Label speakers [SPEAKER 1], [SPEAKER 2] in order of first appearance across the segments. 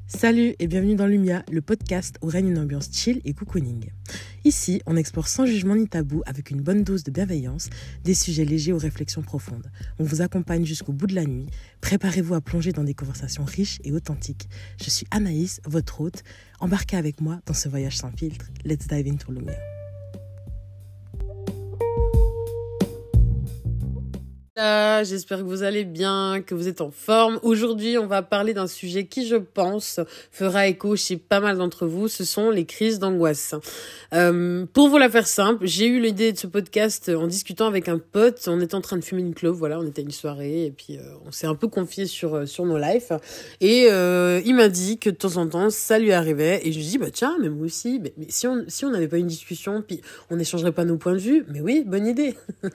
[SPEAKER 1] Salut et bienvenue dans Lumia, le podcast où règne une ambiance chill et cocooning. Ici, on explore sans jugement ni tabou, avec une bonne dose de bienveillance, des sujets légers aux réflexions profondes. On vous accompagne jusqu'au bout de la nuit. Préparez-vous à plonger dans des conversations riches et authentiques. Je suis Anaïs, votre hôte. Embarquez avec moi dans ce voyage sans filtre. Let's dive into Lumia. J'espère que vous allez bien, que vous êtes en forme. Aujourd'hui, on va parler d'un sujet qui, je pense, fera écho chez pas mal d'entre vous. Ce sont les crises d'angoisse. Pour vous la faire simple, j'ai eu l'idée de ce podcast en discutant avec un pote. On était en train de fumer une clove, voilà, on était à une soirée et puis on s'est un peu confié sur nos lives. Et il m'a dit que de temps en temps, ça lui arrivait. Et je lui dis, tiens, mais moi aussi, mais si on n'avait pas une discussion, puis on n'échangerait pas nos points de vue, mais oui, bonne idée.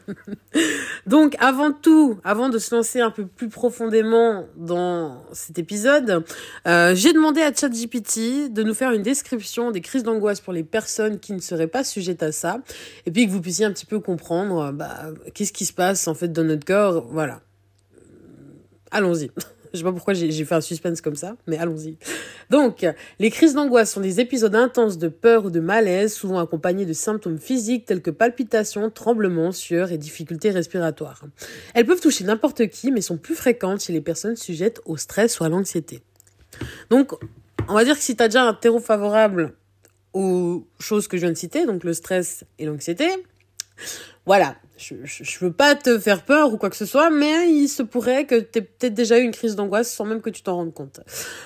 [SPEAKER 1] Donc, avant de se lancer un peu plus profondément dans cet épisode, j'ai demandé à ChatGPT de nous faire une description des crises d'angoisse pour les personnes qui ne seraient pas sujettes à ça, et puis que vous puissiez un petit peu comprendre qu'est-ce qui se passe en fait dans notre corps. Voilà. Allons-y. Je sais pas pourquoi j'ai fait un suspense comme ça, mais allons-y. Donc, les crises d'angoisse sont des épisodes intenses de peur ou de malaise, souvent accompagnés de symptômes physiques tels que palpitations, tremblements, sueurs et difficultés respiratoires. Elles peuvent toucher n'importe qui, mais sont plus fréquentes chez les personnes sujettes au stress ou à l'anxiété. Donc, on va dire que si tu as déjà un terreau favorable aux choses que je viens de citer, donc le stress et l'anxiété, voilà. Je veux pas te faire peur ou quoi que ce soit, mais il se pourrait que t'aies peut-être déjà eu une crise d'angoisse sans même que tu t'en rendes compte.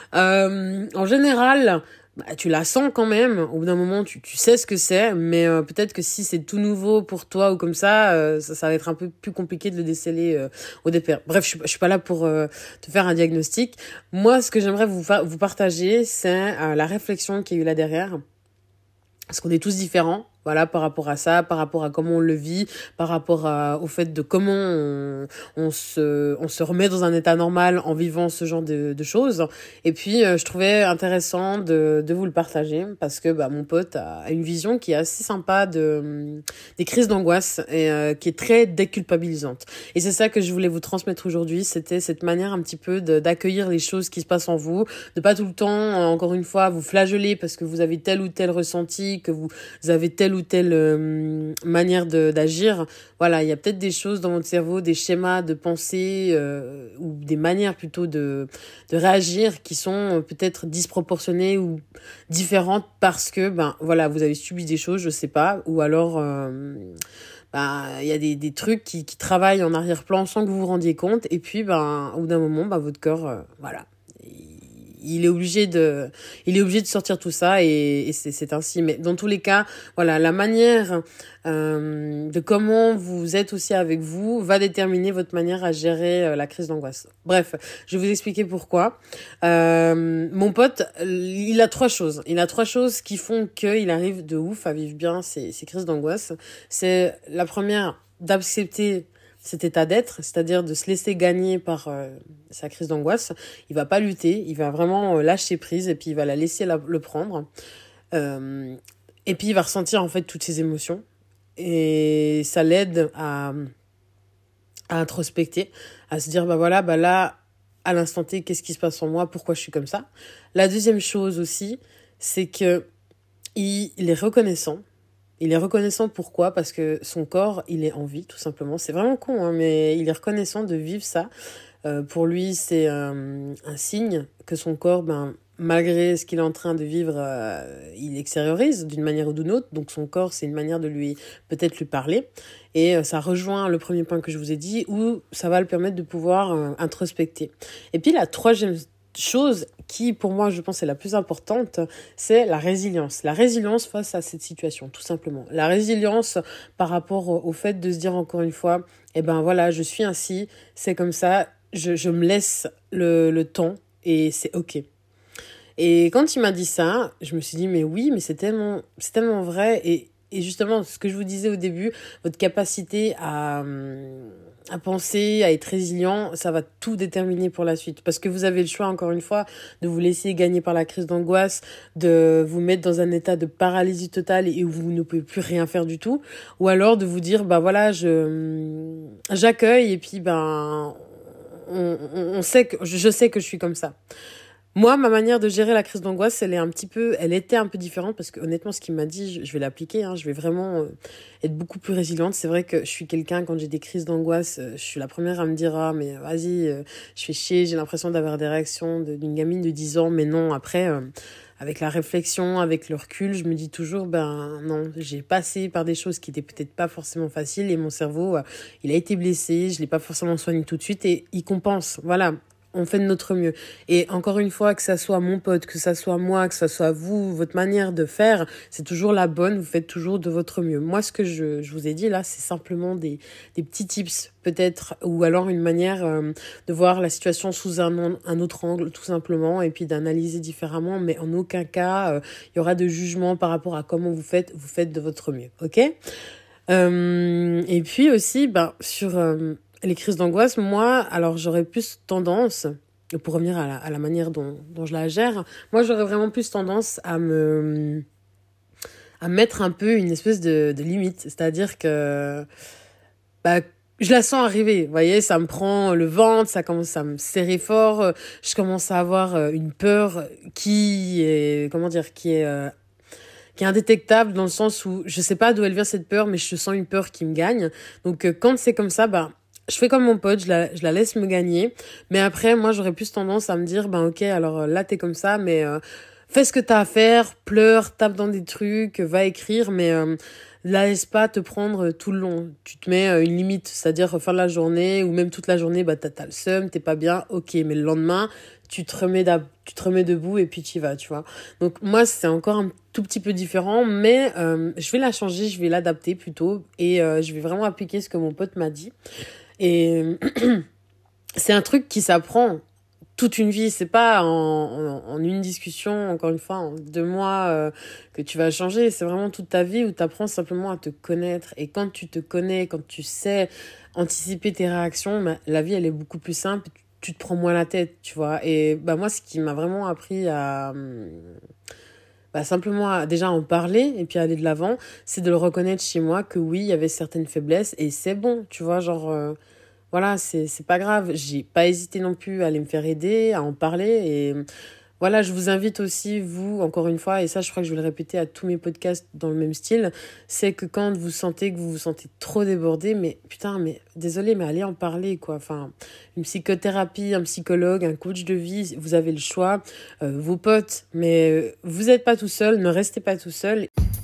[SPEAKER 1] En général, tu la sens quand même. Au bout d'un moment, tu sais ce que c'est, mais peut-être que si c'est tout nouveau pour toi ou comme ça, ça va être un peu plus compliqué de le déceler au départ. Bref, je suis pas là pour te faire un diagnostic. Moi, ce que j'aimerais vous partager, c'est la réflexion qu'il y a eu là derrière. Parce qu'on est tous différents, voilà, par rapport à ça, par rapport à comment on le vit, par rapport au fait de comment on se remet dans un état normal en vivant ce genre de choses. Et puis, je trouvais intéressant de vous le partager parce que mon pote a une vision qui est assez sympa des crises d'angoisse et qui est très déculpabilisante. Et c'est ça que je voulais vous transmettre aujourd'hui, c'était cette manière un petit peu d'accueillir les choses qui se passent en vous, de pas tout le temps, encore une fois, vous flageller parce que vous avez tel ou tel ressenti, que vous avez telle ou telle manière d'agir. Voilà, il y a peut-être des choses dans votre cerveau, des schémas de pensée ou des manières plutôt de réagir qui sont peut-être disproportionnées ou différentes parce que voilà, vous avez subi des choses, je sais pas, ou alors il y a des trucs qui travaillent en arrière-plan sans que vous vous rendiez compte, et puis au bout d'un moment votre corps voilà, il est obligé de sortir tout ça et c'est ainsi. Mais dans tous les cas, voilà, la manière de comment vous êtes aussi avec vous va déterminer votre manière à gérer la crise d'angoisse. Bref, je vais vous expliquer pourquoi. Mon pote, il a trois choses. Il a trois choses qui font qu'il arrive de ouf à vivre bien ces crises d'angoisse. C'est la première, d'accepter cet état d'être, c'est-à-dire de se laisser gagner par sa crise d'angoisse. Il va pas lutter, il va vraiment lâcher prise et puis il va la laisser le prendre. Et puis il va ressentir en fait toutes ses émotions et ça l'aide à introspecter, à se dire là, à l'instant T, qu'est-ce qui se passe en moi, pourquoi je suis comme ça. La deuxième chose aussi, c'est que il est reconnaissant. Il est reconnaissant pourquoi ? Parce que son corps, il est en vie, tout simplement. C'est vraiment con, hein, mais il est reconnaissant de vivre ça. Pour lui, c'est un signe que son corps, malgré ce qu'il est en train de vivre, il extériorise d'une manière ou d'une autre. Donc son corps, c'est une manière de peut-être lui parler. Et ça rejoint le premier point que je vous ai dit, où ça va le permettre de pouvoir introspecter. Et puis la troisième chose qui, pour moi, je pense, est la plus importante, c'est la résilience. La résilience face à cette situation, tout simplement. La résilience par rapport au fait de se dire encore une fois, voilà, je suis ainsi, c'est comme ça, je me laisse le temps et c'est OK. Et quand il m'a dit ça, je me suis dit, mais oui, mais c'est tellement vrai. Et justement, ce que je vous disais au début, votre capacité à penser, à être résilient, ça va tout déterminer pour la suite. Parce que vous avez le choix, encore une fois, de vous laisser gagner par la crise d'angoisse, de vous mettre dans un état de paralysie totale et où vous ne pouvez plus rien faire du tout. Ou alors de vous dire, voilà, j'accueille et puis, je sais que je suis comme ça. Moi, ma manière de gérer la crise d'angoisse, elle était un peu différente parce que honnêtement, ce qu'il m'a dit, je vais l'appliquer, hein, je vais vraiment être beaucoup plus résiliente. C'est vrai que je suis quelqu'un, quand j'ai des crises d'angoisse, je suis la première à me dire, ah, mais vas-y, je fais chier, j'ai l'impression d'avoir des réactions d'une gamine de 10 ans, mais non, après, avec la réflexion, avec le recul, je me dis toujours, ben non, j'ai passé par des choses qui étaient peut-être pas forcément faciles et mon cerveau, il a été blessé, je l'ai pas forcément soigné tout de suite et il compense, voilà. On fait de notre mieux. Et encore une fois, que ça soit mon pote, que ça soit moi, que ça soit vous, votre manière de faire, c'est toujours la bonne, vous faites toujours de votre mieux. Moi, ce que je vous ai dit là, c'est simplement des petits tips, peut-être, ou alors une manière de voir la situation sous un autre angle, tout simplement, et puis d'analyser différemment, mais en aucun cas, il y aura de jugement par rapport à comment vous faites de votre mieux, ok? Et puis aussi, ben, sur les crises d'angoisse, moi, alors j'aurais plus tendance, pour revenir à la manière dont je la gère, moi j'aurais vraiment plus tendance à mettre un peu une espèce de limite. C'est-à-dire que bah, je la sens arriver, vous voyez, ça me prend le ventre, ça commence à me serrer fort, je commence à avoir une peur qui est indétectable dans le sens où je sais pas d'où elle vient cette peur, mais je sens une peur qui me gagne. Donc quand c'est comme ça, bah je fais comme mon pote, je la laisse me gagner. Mais après, moi, j'aurais plus tendance à me dire, ben ok, alors là, t'es comme ça, mais fais ce que t'as à faire, pleure, tape dans des trucs, va écrire, mais la laisse pas te prendre tout le long. Tu te mets une limite, c'est-à-dire fin de la journée ou même toute la journée, bah t'as le seum, t'es pas bien, ok, mais le lendemain, tu te remets debout et puis tu y vas, tu vois. Donc moi, c'est encore un tout petit peu différent, mais je vais la changer, je vais l'adapter plutôt et je vais vraiment appliquer ce que mon pote m'a dit. Et c'est un truc qui s'apprend toute une vie. C'est pas en une discussion, encore une fois, en 2 mois que tu vas changer. C'est vraiment toute ta vie où tu apprends simplement à te connaître. Et quand tu te connais, quand tu sais anticiper tes réactions, bah, la vie, elle est beaucoup plus simple. Tu te prends moins la tête, tu vois. Et bah, moi, ce qui m'a vraiment appris à... Bah, simplement déjà en parler et puis aller de l'avant, c'est de le reconnaître chez moi que oui, il y avait certaines faiblesses et c'est bon, tu vois, genre voilà, c'est pas grave, j'ai pas hésité non plus à aller me faire aider, à en parler et voilà, je vous invite aussi, vous, encore une fois, et ça je crois que je vais le répéter à tous mes podcasts dans le même style, c'est que quand vous sentez que vous vous sentez trop débordé, mais putain, mais désolé, mais allez en parler, quoi. Enfin, une psychothérapie, un psychologue, un coach de vie, vous avez le choix, vos potes, mais vous n'êtes pas tout seul, ne restez pas tout seul.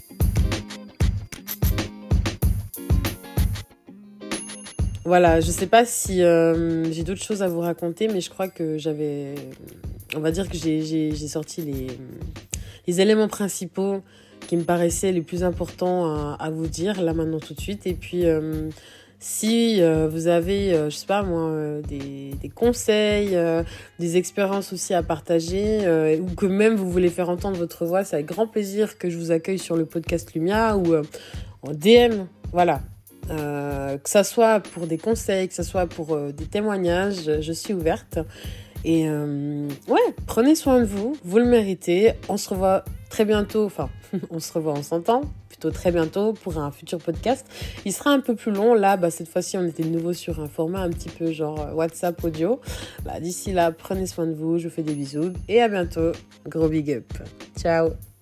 [SPEAKER 1] Voilà, je sais pas si j'ai d'autres choses à vous raconter, mais je crois que on va dire que j'ai sorti les éléments principaux qui me paraissaient les plus importants à vous dire, là maintenant tout de suite. Et puis, si vous avez, je sais pas moi, des conseils, des expériences aussi à partager, ou que même vous voulez faire entendre votre voix, c'est avec grand plaisir que je vous accueille sur le podcast Lumia ou en DM, voilà. Que ça soit pour des conseils, que ça soit pour des témoignages, je suis ouverte. Et ouais, prenez soin de vous, vous le méritez. On se revoit très bientôt, enfin, on s'entend plutôt très bientôt pour un futur podcast. Il sera un peu plus long, là, bah, cette fois-ci, on était de nouveau sur un format un petit peu genre WhatsApp audio. Bah, d'ici là, prenez soin de vous, je vous fais des bisous et à bientôt. Gros big up. Ciao.